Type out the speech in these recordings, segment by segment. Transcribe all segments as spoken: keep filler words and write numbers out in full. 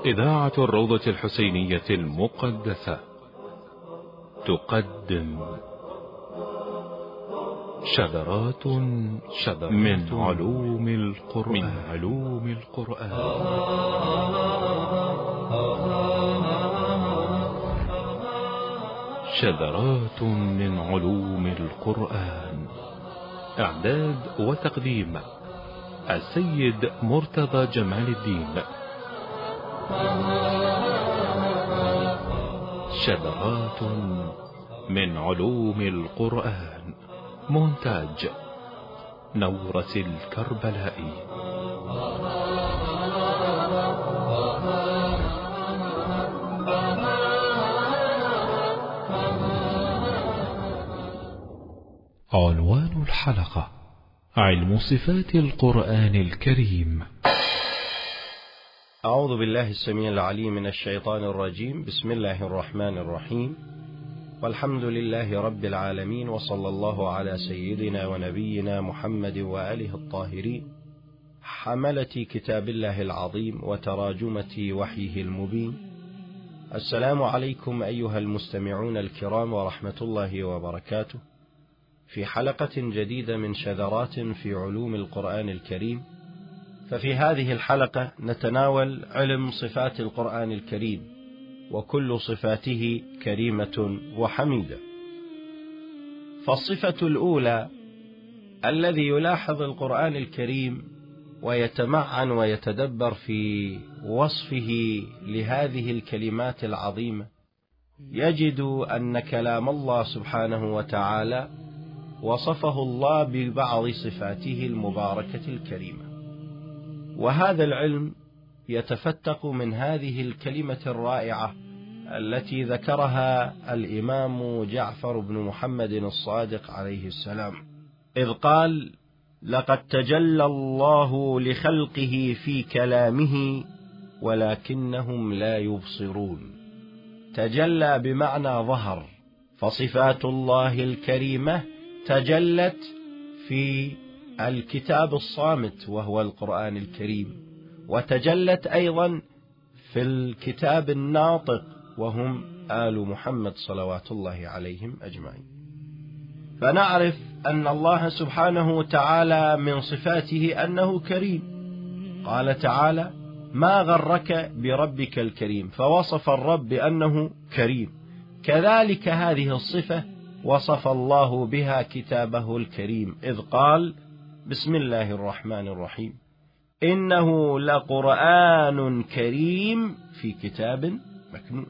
إذاعة الروضة الحسينية المقدسة تقدم شذرات شذرات من علوم القرآن من علوم القرآن شذرات من علوم القرآن. إعداد وتقديم السيد مرتضى جمال الدين. شذرات من علوم القرآن. مونتاج نورة الكربلائي. عنوان الحلقة: علم صفات القرآن الكريم. أعوذ بالله السميع العليم من الشيطان الرجيم. بسم الله الرحمن الرحيم، والحمد لله رب العالمين، وصلى الله على سيدنا ونبينا محمد وآله الطاهرين، حملة كتاب الله العظيم وتراجمة وحيه المبين. السلام عليكم أيها المستمعون الكرام ورحمة الله وبركاته، في حلقة جديدة من شذرات في علوم القرآن الكريم. ففي هذه الحلقة نتناول علم صفات القرآن الكريم، وكل صفاته كريمة وحميدة. فالصفة الأولى الذي يلاحظ القرآن الكريم ويتمعن ويتدبر في وصفه لهذه الكلمات العظيمة، يجد أن كلام الله سبحانه وتعالى وصفه الله ببعض صفاته المباركة الكريمة، وهذا العلم يتفتق من هذه الكلمة الرائعة التي ذكرها الإمام جعفر بن محمد الصادق عليه السلام، إذ قال: لقد تجلى الله لخلقه في كلامه ولكنهم لا يبصرون. تجلى بمعنى ظهر، فصفات الله الكريمة تجلت في الكتاب الصامت وهو القرآن الكريم، وتجلت أيضا في الكتاب الناطق وهم آل محمد صلوات الله عليهم أجمعين. فنعرف أن الله سبحانه وتعالى من صفاته أنه كريم. قال تعالى: ما غرك بربك الكريم، فوصف الرب بأنه كريم. كذلك هذه الصفة وصف الله بها كتابه الكريم، إذ قال: بسم الله الرحمن الرحيم، إنه لقرآن كريم في كتاب مكنون.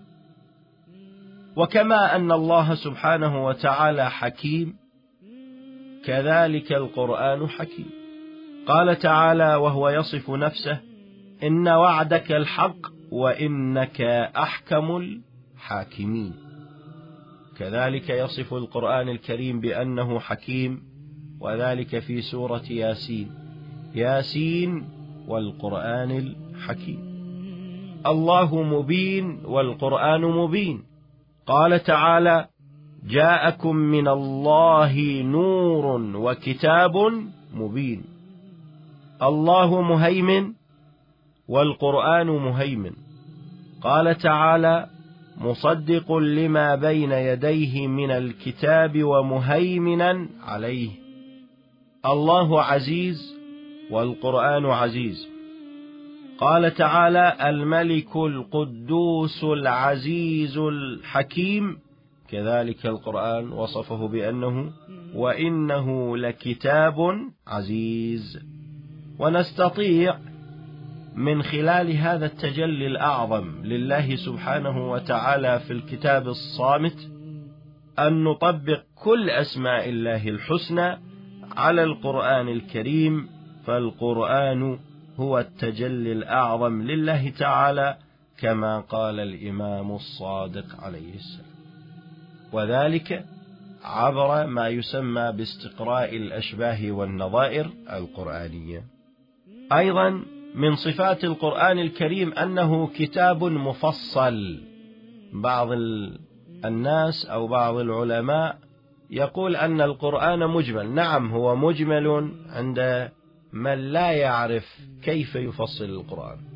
وكما أن الله سبحانه وتعالى حكيم، كذلك القرآن حكيم. قال تعالى وهو يصف نفسه: إن وعدك الحق وإنك أحكم الحاكمين. كذلك يصف القرآن الكريم بأنه حكيم، وذلك في سورة ياسين: ياسين والقرآن الحكيم. الله مبين والقرآن مبين. قال تعالى: جاءكم من الله نور وكتاب مبين. الله مهيمن والقرآن مهيمن. قال تعالى: مصدق لما بين يديه من الكتاب ومهيمنا عليه. الله عزيز والقرآن عزيز. قال تعالى: الملك القدوس العزيز الحكيم. كذلك القرآن وصفه بأنه وإنه لكتاب عزيز. ونستطيع من خلال هذا التجلي الأعظم لله سبحانه وتعالى في الكتاب الصامت أن نطبق كل أسماء الله الحسنى على القرآن الكريم، فالقرآن هو التجلي الأعظم لله تعالى، كما قال الإمام الصادق عليه السلام، وذلك عبر ما يسمى باستقراء الأشباه والنظائر القرآنية. أيضا من صفات القرآن الكريم أنه كتاب مفصل. بعض الناس أو بعض العلماء يقول أن القرآن مجمل. نعم، هو مجمل عند من لا يعرف كيف يفصل القرآن،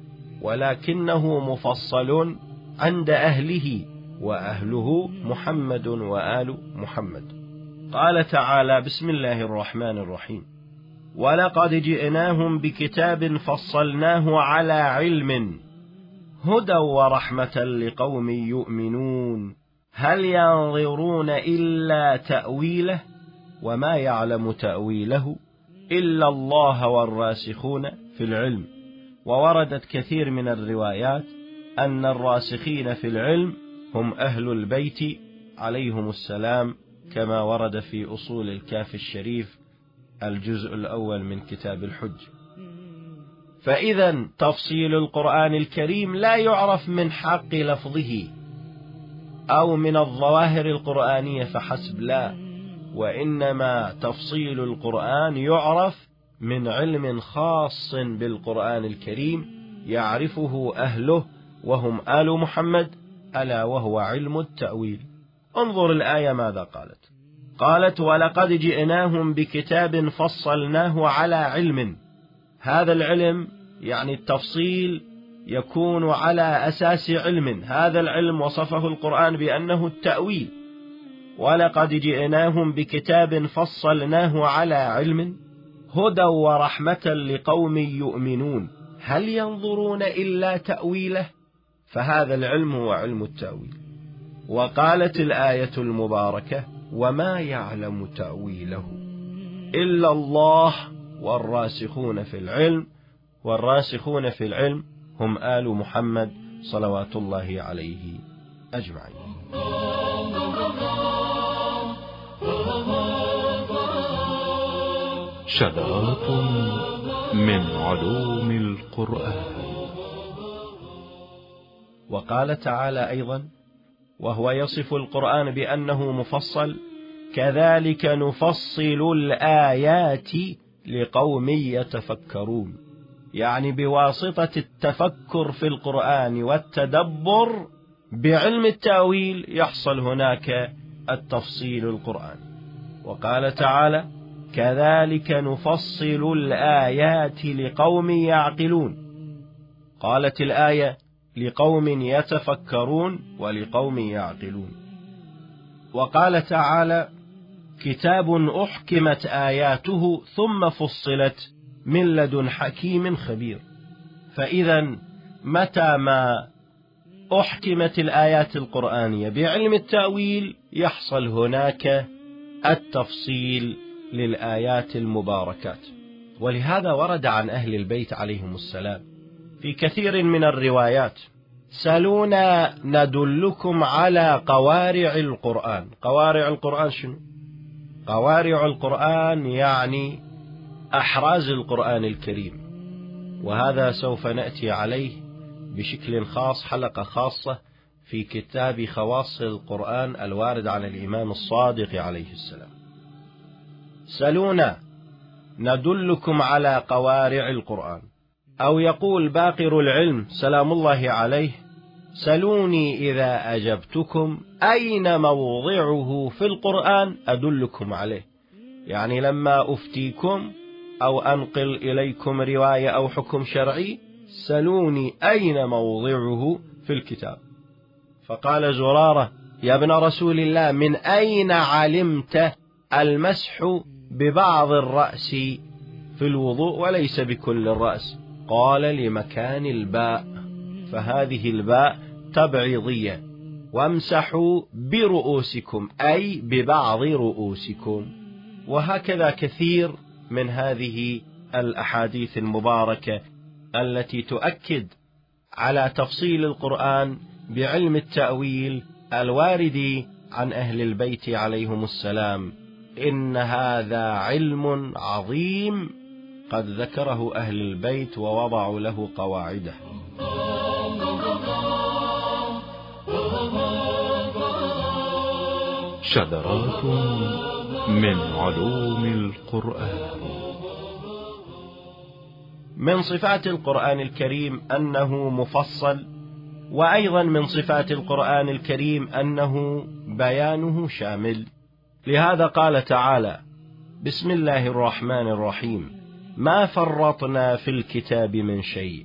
ولكنه مفصل عند أهله، وأهله محمد وآل محمد. قال تعالى: بسم الله الرحمن الرحيم: ولقد جئناهم بكتاب فصلناه على علم هدى ورحمة لقوم يؤمنون هل ينظرون إلا تأويله وما يعلم تأويله إلا الله والراسخون في العلم. ووردت كثير من الروايات أن الراسخين في العلم هم أهل البيت عليهم السلام، كما ورد في أصول الكافي الشريف الجزء الأول من كتاب الحج. فإذا تفصيل القرآن الكريم لا يعرف من حق لفظه أو من الظواهر القرآنية فحسب، لا، وإنما تفصيل القرآن يعرف من علم خاص بالقرآن الكريم يعرفه أهله وهم آل محمد، ألا وهو علم التأويل. انظر الآية ماذا قالت. قالت: ولقد جئناهم بكتاب فصلناه على علم. هذا العلم يعني التفصيل يكون على أساس علم، هذا العلم وصفه القرآن بأنه التأويل. ولقد جئناهم بكتاب فصلناه على علم هدى ورحمة لقوم يؤمنون هل ينظرون إلا تأويله، فهذا العلم هو علم التأويل. وقالت الآية المباركة: وما يعلم تأويله إلا الله والراسخون في العلم. والراسخون في العلم هم آل محمد صلوات الله عليه أجمعين. شذرات من علوم القرآن. وقال تعالى أيضا وهو يصف القرآن بأنه مفصل: كذلك نفصل الآيات لقوم يتفكرون. يعني بواسطة التفكر في القرآن والتدبر بعلم التأويل يحصل هناك التفصيل القرآن. وقال تعالى: كذلك نفصل الآيات لقوم يعقلون. قالت الآية: لقوم يتفكرون ولقوم يعقلون. وقال تعالى: كتاب أحكمت آياته ثم فصلت من لدن حكيم خبير. فإذا متى ما أحكمت الآيات القرآنية بعلم التأويل يحصل هناك التفصيل للآيات المباركات. ولهذا ورد عن أهل البيت عليهم السلام في كثير من الروايات: سلونا ندلكم على قوارع القرآن. قوارع القرآن شنو؟ قوارع القرآن يعني أحراز القرآن الكريم، وهذا سوف نأتي عليه بشكل خاص، حلقة خاصة في كتاب خواص القرآن الوارد عن الإمام الصادق عليه السلام. سلونا ندلكم على قوارع القرآن. أو يقول باقر العلم سلام الله عليه: سلوني إذا أجبتكم أين موضعه في القرآن أدلكم عليه. يعني لما أفتيكم أو أنقل إليكم رواية أو حكم شرعي سلوني أين موضعه في الكتاب. فقال زرارة: يا ابن رسول الله، من أين علمت المسح ببعض الرأس في الوضوء وليس بكل الرأس؟ قال: لمكان الباء، فهذه الباء تبعيضية، وامسحوا برؤوسكم أي ببعض رؤوسكم. وهكذا كثير من هذه الأحاديث المباركة التي تؤكد على تفصيل القرآن بعلم التأويل الوارد عن أهل البيت عليهم السلام. إن هذا علم عظيم قد ذكره أهل البيت ووضعوا له قواعده. شذرات من علوم القرآن. من صفات القرآن الكريم أنه مفصل، وأيضا من صفات القرآن الكريم أنه بيانه شامل. لهذا قال تعالى: بسم الله الرحمن الرحيم: ما فرطنا في الكتاب من شيء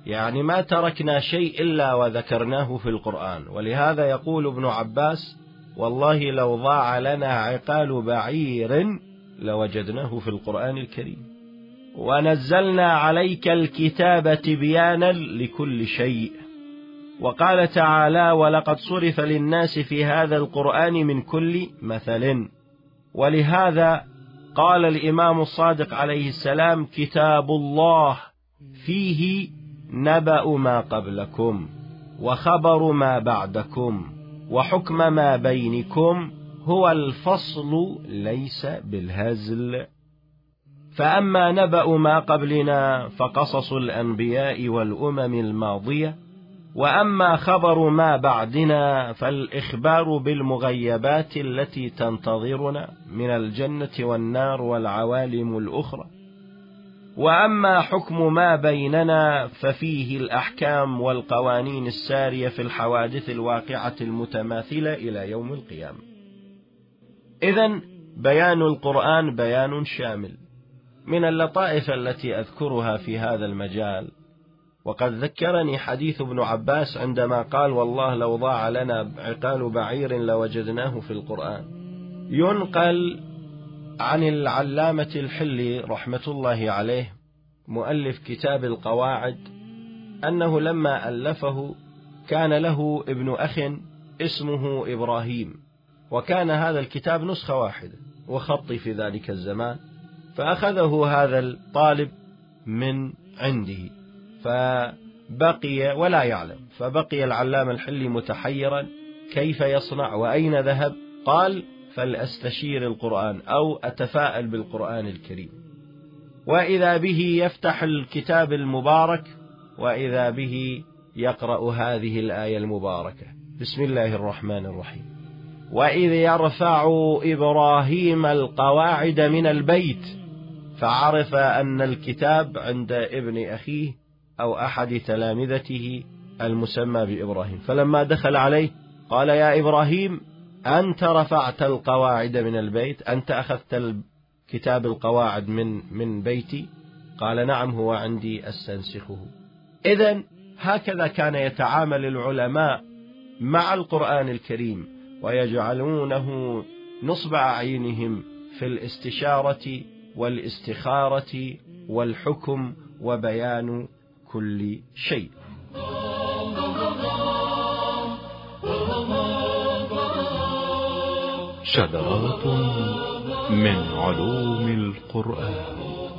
يعني ما تركنا شيء إلا وذكرناه في القرآن. ولهذا يقول ابن عباس: والله لو ضاع لنا عقال بعير لوجدناه في القرآن الكريم. ونزلنا عليك الكتاب تبيانا لكل شيء. وقال تعالى: ولقد صرف للناس في هذا القرآن من كل مثل. ولهذا قال الإمام الصادق عليه السلام: كتاب الله فيه نبأ ما قبلكم وخبر ما بعدكم وحكم ما بينكم، هو الفصل ليس بالهزل. فأما نبأ ما قبلنا فقصص الأنبياء والأمم الماضية، وأما خبر ما بعدنا فالإخبار بالمغيبات التي تنتظرنا من الجنة والنار والعوالم الأخرى. وأما حكم ما بيننا ففيه الأحكام والقوانين السارية في الحوادث الواقعة المتماثلة إلى يوم القيامة. إذن بيان القرآن بيان شامل. من اللطائف التي أذكرها في هذا المجال، وقد ذكرني حديث ابن عباس عندما قال: والله لو ضاع لنا عقال بعير لوجدناه في القرآن. ينقل عن العلامة الحلي رحمة الله عليه مؤلف كتاب القواعد أنه لما ألفه كان له ابن أخ اسمه إبراهيم، وكان هذا الكتاب نسخة واحدة وخطي في ذلك الزمان، فأخذه هذا الطالب من عنده فبقي ولا يعلم، فبقي العلامة الحلي متحيرا كيف يصنع وأين ذهب. قال: فلأستشير القرآن أو أتفاءل بالقرآن الكريم. وإذا به يفتح الكتاب المبارك وإذا به يقرأ هذه الآية المباركة: بسم الله الرحمن الرحيم: وإذ يرفع إبراهيم القواعد من البيت. فعرف أن الكتاب عند ابن أخيه أو أحد تلامذته المسمى بإبراهيم، فلما دخل عليه قال: يا إبراهيم، أنت رفعت القواعد من البيت؟ أنت أخذت كتاب القواعد من من بيتي؟ قال: نعم، هو عندي أستنسخه. إذن هكذا كان يتعامل العلماء مع القرآن الكريم، ويجعلونه نصب أعينهم في الاستشارة والاستخارة والحكم وبيان كل شيء. شذرات من علوم القرآن.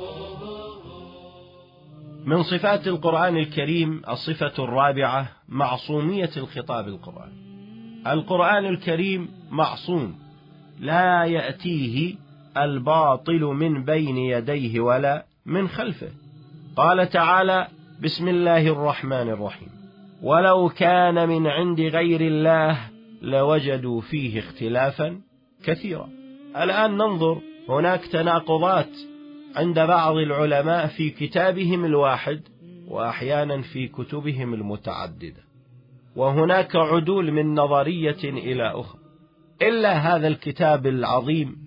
من صفات القرآن الكريم الصفة الرابعة: معصومية الخطاب القرآن. القرآن الكريم معصوم، لا يأتيه الباطل من بين يديه ولا من خلفه. قال تعالى: بسم الله الرحمن الرحيم: ولو كان من عند غير الله لوجدوا فيه اختلافا كثيرا. الآن ننظر، هناك تناقضات عند بعض العلماء في كتابهم الواحد وأحيانا في كتبهم المتعددة، وهناك عدول من نظرية إلى أخرى. إلا هذا الكتاب العظيم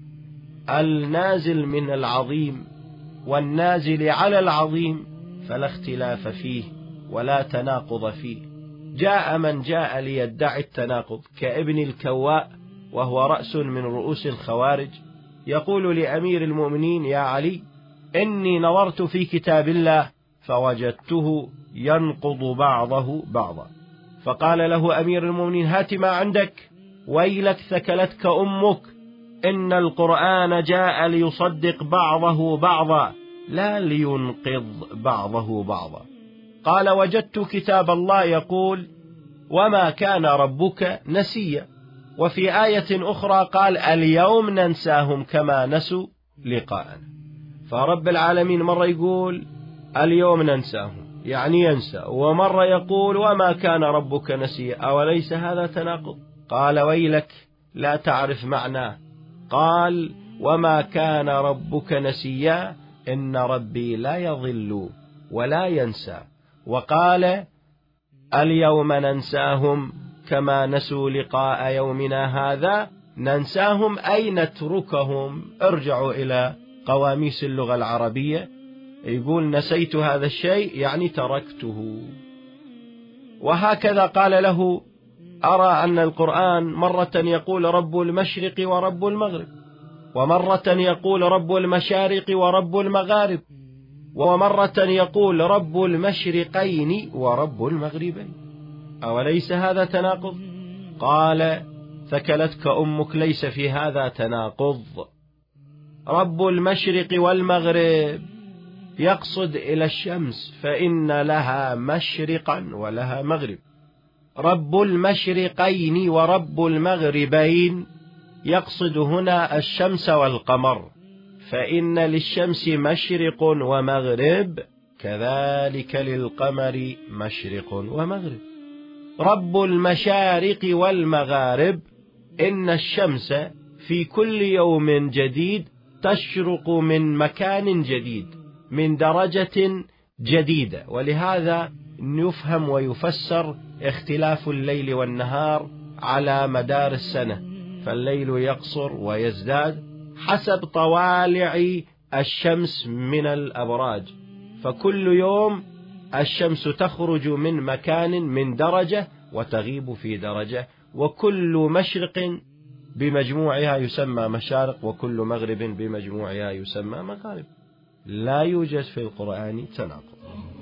النازل من العظيم والنازل على العظيم فلا اختلاف فيه ولا تناقض فيه. جاء من جاء ليدعي التناقض كابن الكواء، وهو رأس من رؤوس الخوارج، يقول لأمير المؤمنين: يا علي، إني نظرت في كتاب الله فوجدته ينقض بعضه بعضا. فقال له أمير المؤمنين: هات ما عندك، ويلك ثكلتك أمك، إن القرآن جاء ليصدق بعضه بعضا لا لينقض بعضه بعضا. قال: وجدت كتاب الله يقول: وما كان ربك نسيا. وفي آية أخرى قال: اليوم ننساهم كما نسوا لقاءنا. فرب العالمين مرة يقول اليوم ننساهم يعني ينسى، ومرة يقول وما كان ربك نسيا. أوليس هذا تناقض؟ قال: ويلك لا تعرف معناه. قال: وما كان ربك نسيا، إن ربي لا يضل ولا ينسى. وقال: اليوم ننساهم كما نسوا لقاء يومنا هذا. ننساهم أي نتركهم. ارجعوا إلى قواميس اللغة العربية يقول نسيت هذا الشيء يعني تركته. وهكذا قال له أرى أن القرآن مرة يقول رب المشرق ورب المغرب، ومرة يقول رب المشارق ورب المغارب، ومرة يقول رب المشرقين ورب المغربين، أوليس هذا تناقض؟ قال ثكلتك أمك، ليس في هذا تناقض. رب المشرق والمغرب يقصد إلى الشمس فإن لها مشرقا ولها مغرب. رب المشرقين ورب المغربين يقصد هنا الشمس والقمر، فإن للشمس مشرق ومغرب، كذلك للقمر مشرق ومغرب. رب المشارق والمغارب إن الشمس في كل يوم جديد تشرق من مكان جديد، من درجة جديدة، ولهذا يفهم ويفسر اختلاف الليل والنهار على مدار السنة، فالليل يقصر ويزداد حسب طوالع الشمس من الأبراج، فكل يوم الشمس تخرج من مكان من درجة وتغيب في درجة، وكل مشرق بمجموعها يسمى مشارق، وكل مغرب بمجموعها يسمى مغارب. لا يوجد في القرآن تناقض.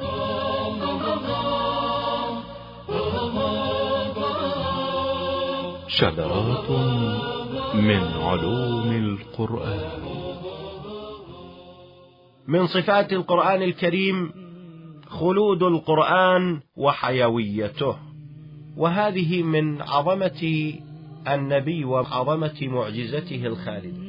شذرات من علوم القرآن. من صفات القرآن الكريم خلود القرآن وحيويته، وهذه من عظمة النبي وعظمة معجزته الخالدة.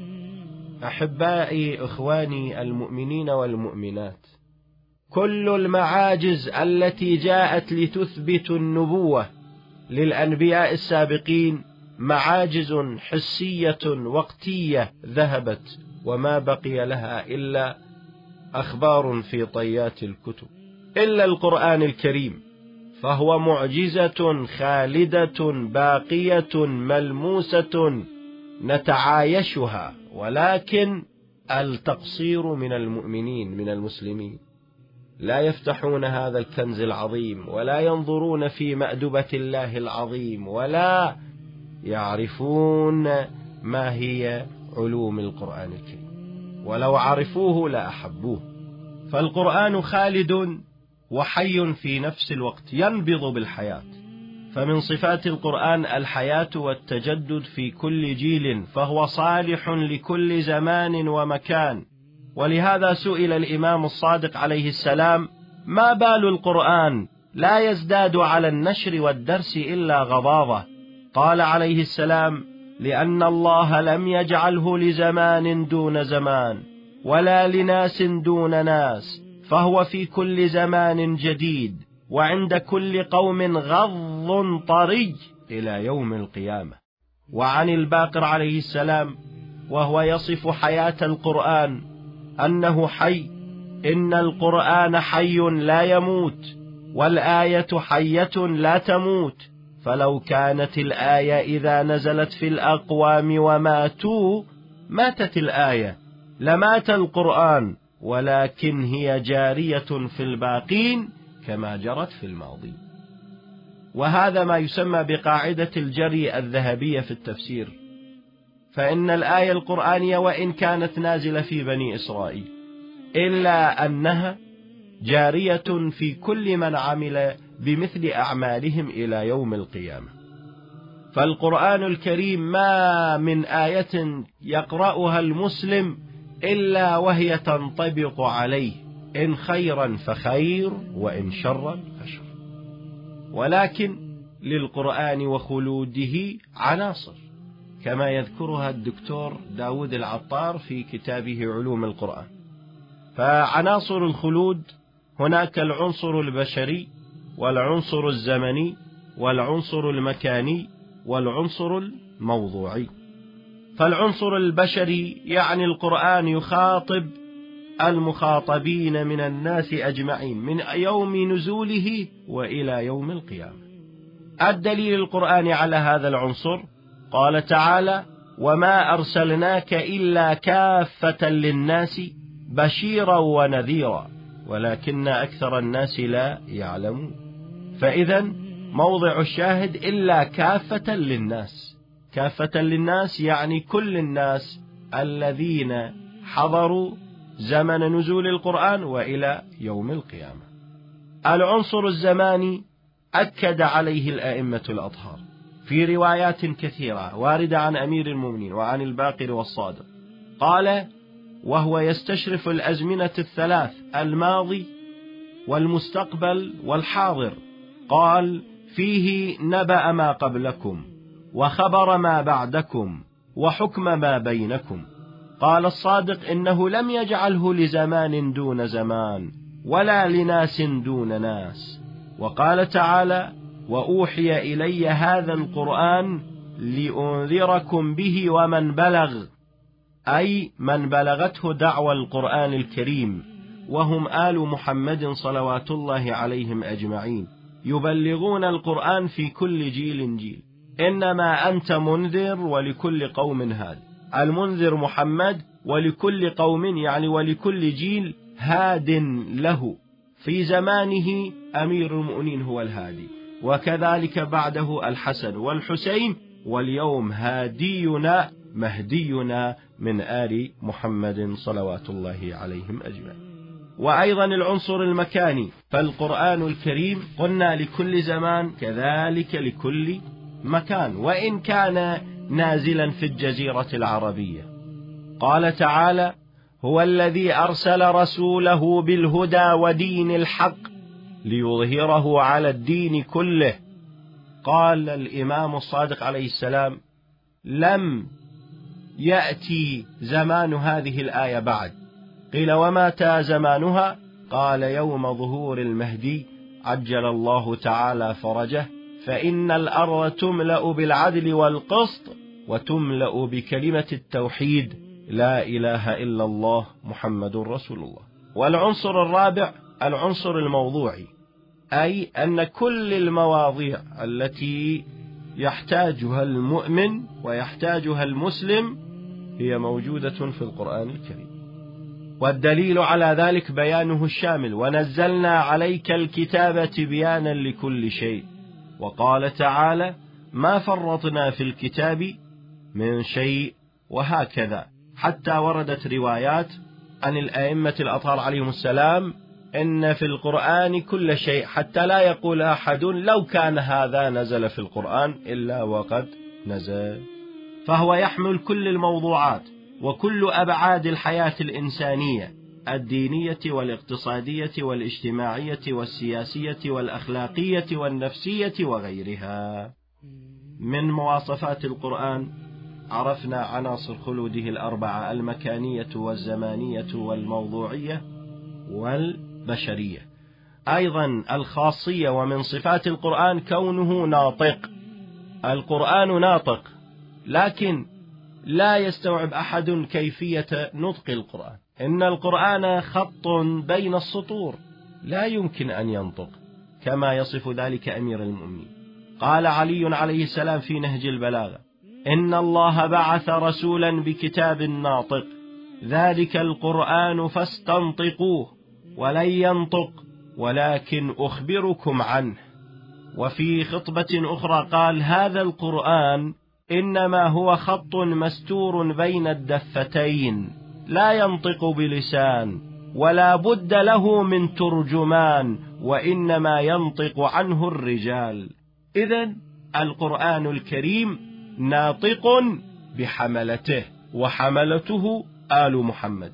أحبائي إخواني المؤمنين والمؤمنات، كل المعاجز التي جاءت لتثبت النبوة للأنبياء السابقين معاجز حسية وقتية ذهبت، وما بقي لها إلا أخبار في طيات الكتب، إلا القرآن الكريم، فهو معجزة خالدة باقية ملموسة نتعايشها، ولكن التقصير من المؤمنين من المسلمين، لا يفتحون هذا الكنز العظيم، ولا ينظرون في مأدبة الله العظيم، ولا يعرفون ما هي علوم القرآن الكريم، ولو عرفوه لأحبوه. فالقرآن خالد وحي في نفس الوقت، ينبض بالحياة، فمن صفات القرآن الحياة والتجدد في كل جيل، فهو صالح لكل زمان ومكان. ولهذا سئل الإمام الصادق عليه السلام: ما بال القرآن لا يزداد على النشر والدرس إلا غضاضة؟ قال عليه السلام: لأن الله لم يجعله لزمان دون زمان، ولا لناس دون ناس، فهو في كل زمان جديد، وعند كل قوم غض طري إلى يوم القيامة. وعن الباقر عليه السلام وهو يصف حياة القرآن أنه حي: إن القرآن حي لا يموت، والآية حية لا تموت، فلو كانت الآية إذا نزلت في الأقوام وماتوا ماتت الآية، لمات القرآن، ولكن هي جارية في الباقين كما جرت في الماضي. وهذا ما يسمى بقاعدة الجري الذهبية في التفسير، فإن الآية القرآنية وإن كانت نازلة في بني إسرائيل إلا أنها جارية في كل من عمل بمثل أعمالهم إلى يوم القيامة. فالقرآن الكريم ما من آية يقرأها المسلم إلا وهي تنطبق عليه، إن خيرا فخير وإن شرا فشر. ولكن للقرآن وخلوده عناصر كما يذكرها الدكتور داود العطار في كتابه علوم القرآن. فعناصر الخلود هناك العنصر البشري، والعنصر الزمني، والعنصر المكاني، والعنصر الموضوعي. فالعنصر البشري يعني القرآن يخاطب المخاطبين من الناس أجمعين من يوم نزوله وإلى يوم القيامة. الدليل القرآن على هذا العنصر قال تعالى: وما أرسلناك إلا كافة للناس بشيرا ونذيرا. ولكن أكثر الناس لا يعلمون. فإذا موضع الشاهد إلا كافة للناس، كافة للناس يعني كل الناس الذين حضروا زمن نزول القرآن وإلى يوم القيامة. العنصر الزماني أكد عليه الأئمة الأطهار في روايات كثيرة واردة عن أمير المؤمنين وعن الباقر والصادق، قال: وهو يستشرف الأزمنة الثلاث الماضي والمستقبل والحاضر، قال: فيه نبأ ما قبلكم وخبر ما بعدكم وحكم ما بينكم. قال الصادق: إنه لم يجعله لزمان دون زمان ولا لناس دون ناس. وقال تعالى: وأوحي إلي هذا القرآن لأنذركم به ومن بلغ، أي من بلغته دعوى القرآن الكريم، وهم آل محمد صلوات الله عليهم أجمعين، يبلغون القرآن في كل جيل جيل. إنما أنت منذر ولكل قوم هاد. المنذر محمد، ولكل قوم يعني ولكل جيل هاد له. في زمانه أمير المؤمنين هو الهادي، وكذلك بعده الحسن والحسين، واليوم هادينا مهدينا من آل محمد صلوات الله عليهم أجمعين. وأيضا العنصر المكاني، فالقرآن الكريم قلنا لكل زمان كذلك لكل مكان، وإن كان نازلا في الجزيرة العربية. قال تعالى: هو الذي أرسل رسوله بالهدى ودين الحق ليظهره على الدين كله. قال الإمام الصادق عليه السلام: لم يأتي زمان هذه الآية بعد. قيل: ومتى زمانها؟ قال: يوم ظهور المهدي عجل الله تعالى فرجه، فإن الأرض تملأ بالعدل والقسط وتملأ بكلمة التوحيد لا إله إلا الله محمد رسول الله. والعنصر الرابع العنصر الموضوعي، أي أن كل المواضيع التي يحتاجها المؤمن ويحتاجها المسلم هي موجودة في القرآن الكريم. والدليل على ذلك بيانه الشامل: ونزلنا عليك الكتاب تبيانا لكل شيء. وقال تعالى: ما فرطنا في الكتاب من شيء. وهكذا حتى وردت روايات عن الأئمة الأطهار عليهم السلام إن في القرآن كل شيء، حتى لا يقول أحد لو كان هذا نزل في القرآن إلا وقد نزل. فهو يحمل كل الموضوعات وكل أبعاد الحياة الإنسانية الدينية والاقتصادية والاجتماعية والسياسية والأخلاقية والنفسية وغيرها. من مواصفات القرآن عرفنا عناصر خلوده الأربعة: المكانية والزمانية والموضوعية والبشرية. أيضا الخاصية ومن صفات القرآن كونه ناطق. القرآن ناطق، لكن لا يستوعب أحد كيفية نطق القرآن. إن القرآن خط بين السطور لا يمكن أن ينطق، كما يصف ذلك أمير المؤمنين. قال علي عليه السلام في نهج البلاغة: إن الله بعث رسولا بكتاب ناطق، ذلك القرآن فاستنطقوه ولن ينطق ولكن أخبركم عنه. وفي خطبة أخرى قال: هذا القرآن إنما هو خط مستور بين الدفتين، لا ينطق بلسان ولا بد له من ترجمان، وإنما ينطق عنه الرجال. إذن القرآن الكريم ناطق بحملته، وحملته آل محمد.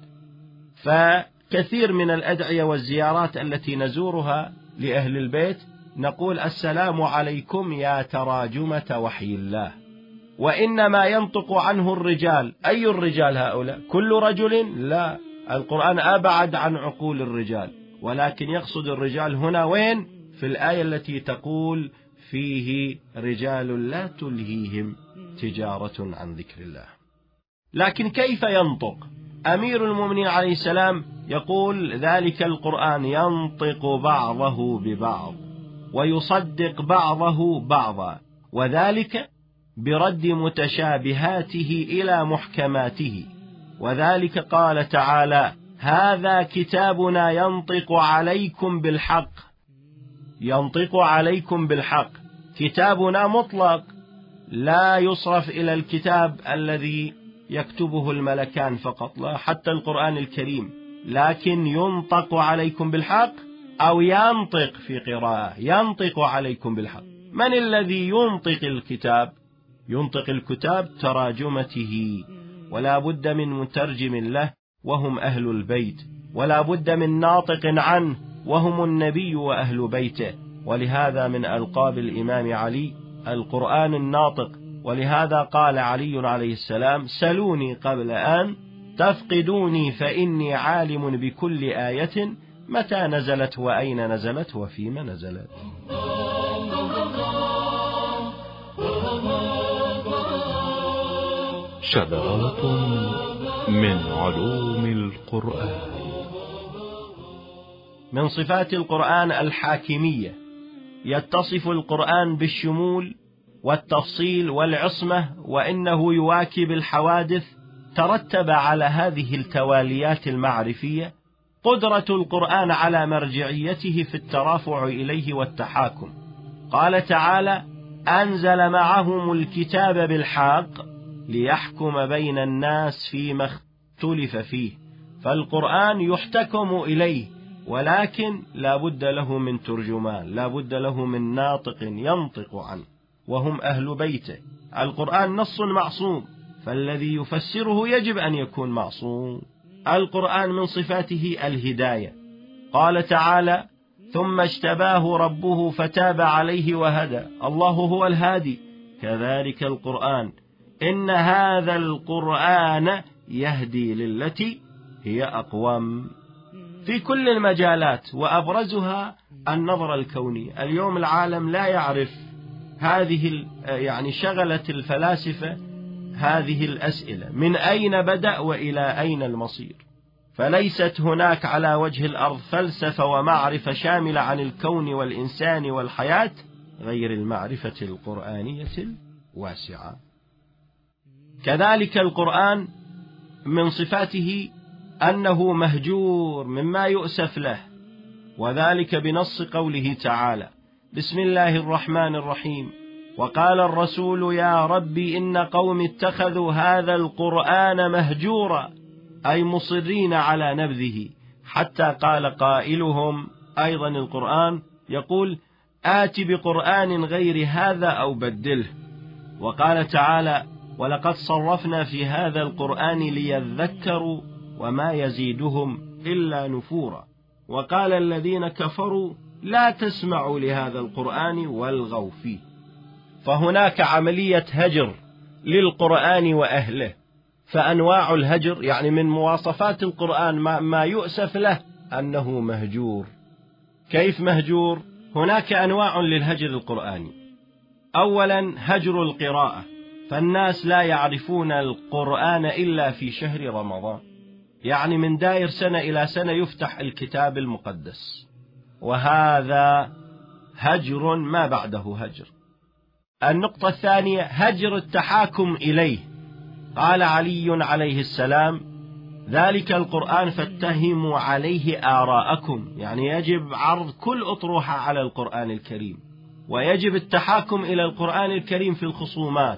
فكثير من الأدعية والزيارات التي نزورها لأهل البيت نقول: السلام عليكم يا تراجمة وحي الله. وإنما ينطق عنه الرجال. أي الرجال هؤلاء؟ كل رجل؟ لا، القرآن أبعد عن عقول الرجال، ولكن يقصد الرجال هنا وين؟ في الآية التي تقول: فيه رجال لا تلهيهم تجارة عن ذكر الله. لكن كيف ينطق؟ أمير المؤمنين عليه السلام يقول: ذلك القرآن ينطق بعضه ببعض ويصدق بعضه بعضا، وذلك برد متشابهاته إلى محكماته. وذلك قال تعالى: هذا كتابنا ينطق عليكم بالحق، ينطق عليكم بالحق، كتابنا مطلق لا يصرف إلى الكتاب الذي يكتبه الملكان فقط، لا، حتى القرآن الكريم، لكن ينطق عليكم بالحق أو ينطق في قراءة، ينطق عليكم بالحق. من الذي ينطق الكتاب؟ ينطق الكتاب تراجمته، ولا بد من مترجم له وهم أهل البيت، ولا بد من ناطق عنه وهم النبي وأهل بيته. ولهذا من ألقاب الإمام علي القرآن الناطق، ولهذا قال علي عليه السلام: سلوني قبل أن تفقدوني فإني عالم بكل آية متى نزلت وأين نزلت وفيما نزلت. شذرات من علوم القرآن. من صفات القرآن الحاكمية، يتصف القرآن بالشمول والتفصيل والعصمة، وإنه يواكب الحوادث. ترتب على هذه التواليات المعرفية قدرة القرآن على مرجعيته في الترافع إليه والتحاكم. قال تعالى: أنزل معهم الكتاب بالحق ليحكم بين الناس فيما اختلف فيه. فالقرآن يحتكم إليه، ولكن لا بد له من ترجمان، لا بد له من ناطق ينطق عنه وهم أهل بيته. القرآن نص معصوم، فالذي يفسره يجب أن يكون معصوم. القرآن من صفاته الهداية. قال تعالى: ثم اجتباه ربه فتاب عليه وهدى. الله هو الهادي. كذلك القرآن، إن هذا القرآن يهدي للتي هي أقوم، في كل المجالات، وأبرزها النظرة الكونية. اليوم العالم لا يعرف هذه، يعني شغلت الفلاسفة هذه الأسئلة: من أين بدأ وإلى أين المصير؟ فليست هناك على وجه الأرض فلسفة ومعرفة شاملة عن الكون والإنسان والحياة غير المعرفة القرآنية الواسعة. كذلك القرآن من صفاته أنه مهجور مما يؤسف له، وذلك بنص قوله تعالى: بسم الله الرحمن الرحيم: وقال الرسول يا رب إن قوم اتخذوا هذا القرآن مهجورا، أي مصرين على نبذه، حتى قال قائلهم أيضا القرآن يقول: آت بقرآن غير هذا أو بدله. وقال تعالى: ولقد صرفنا في هذا القرآن ليذكروا وما يزيدهم إلا نفورا. وقال الذين كفروا لا تسمعوا لهذا القرآن والغوا فيه. فهناك عملية هجر للقرآن وأهله. فأنواع الهجر، يعني من مواصفات القرآن ما, ما يؤسف له أنه مهجور. كيف مهجور؟ هناك أنواع للهجر القرآني. أولا هجر القراءة، فالناس لا يعرفون القرآن إلا في شهر رمضان، يعني من داير سنة إلى سنة يفتح الكتاب المقدس، وهذا هجر ما بعده هجر. النقطة الثانية هجر التحاكم إليه. قال علي عليه السلام: ذلك القرآن فاتهموا عليه آراءكم، يعني يجب عرض كل أطروحة على القرآن الكريم، ويجب التحاكم إلى القرآن الكريم في الخصومات.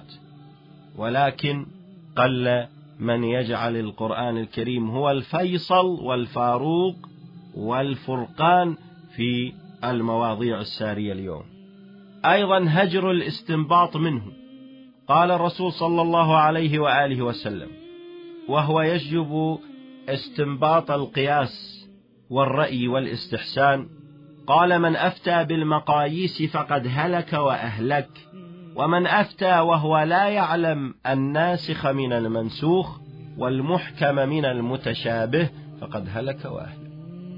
ولكن قل من يجعل القرآن الكريم هو الفيصل والفاروق والفرقان في المواضيع السارية اليوم. أيضا هجر الاستنباط منه. قال الرسول صلى الله عليه وآله وسلم، وهو يجب استنباط القياس والرأي والاستحسان، قال: من أفتى بالمقاييس فقد هلك وأهلك، ومن أفتى وهو لا يعلم الناسخ من المنسوخ والمحكم من المتشابه فقد هلك وأهلك.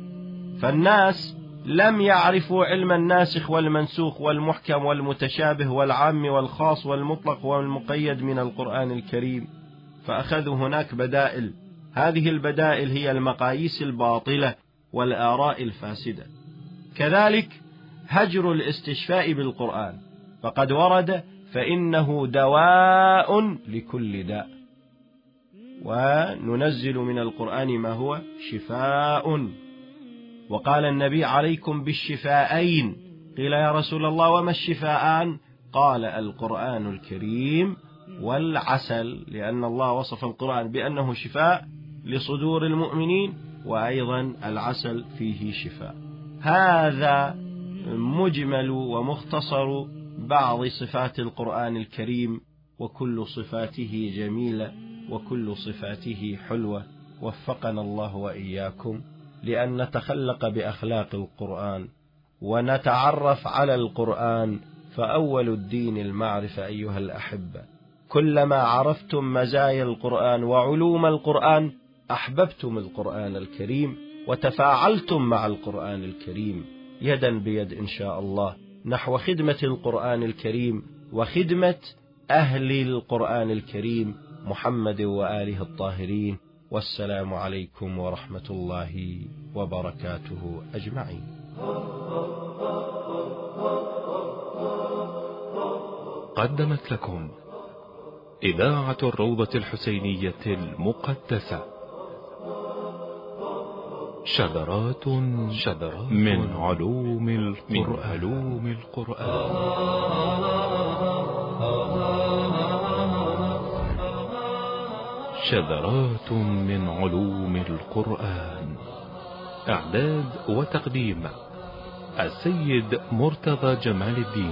فالناس لم يعرفوا علم الناسخ والمنسوخ والمحكم والمتشابه والعام والخاص والمطلق والمقيد من القرآن الكريم، فأخذوا هناك بدائل. هذه البدائل هي المقاييس الباطلة والآراء الفاسدة. كذلك هجر الاستشفاء بالقرآن، فقد ورد: فإنه دواء لكل داء. وننزل من القرآن ما هو شفاء. وقال النبي عليكم بالشفاءين. قيل يا رسول الله وما الشفاءان؟ قال القرآن الكريم والعسل، لأن الله وصف القرآن بأنه شفاء لصدور المؤمنين، وأيضا العسل فيه شفاء. هذا مجمل ومختصر بعض صفات القرآن الكريم، وكل صفاته جميلة وكل صفاته حلوة. وفقنا الله وإياكم لأن نتخلق بأخلاق القرآن ونتعرف على القرآن، فأول الدين المعرفة أيها الأحبة. كلما عرفتم مزايا القرآن وعلوم القرآن أحببتم القرآن الكريم وتفاعلتم مع القرآن الكريم يدا بيد إن شاء الله نحو خدمة القرآن الكريم وخدمة أهل القرآن الكريم محمد وآله الطاهرين. والسلام عليكم ورحمة الله وبركاته أجمعين. قدمت لكم إذاعة الروضة الحسينية المقدسة شذرات شذرات من علوم القرآن, علوم القرآن. شذرات من علوم القرآن. إعداد وتقديم السيد مرتضى جمال الدين.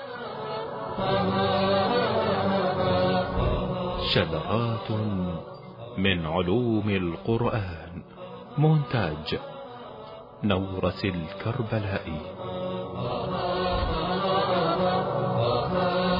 شذرات من علوم القرآن. مونتاج نورس الكربلائي.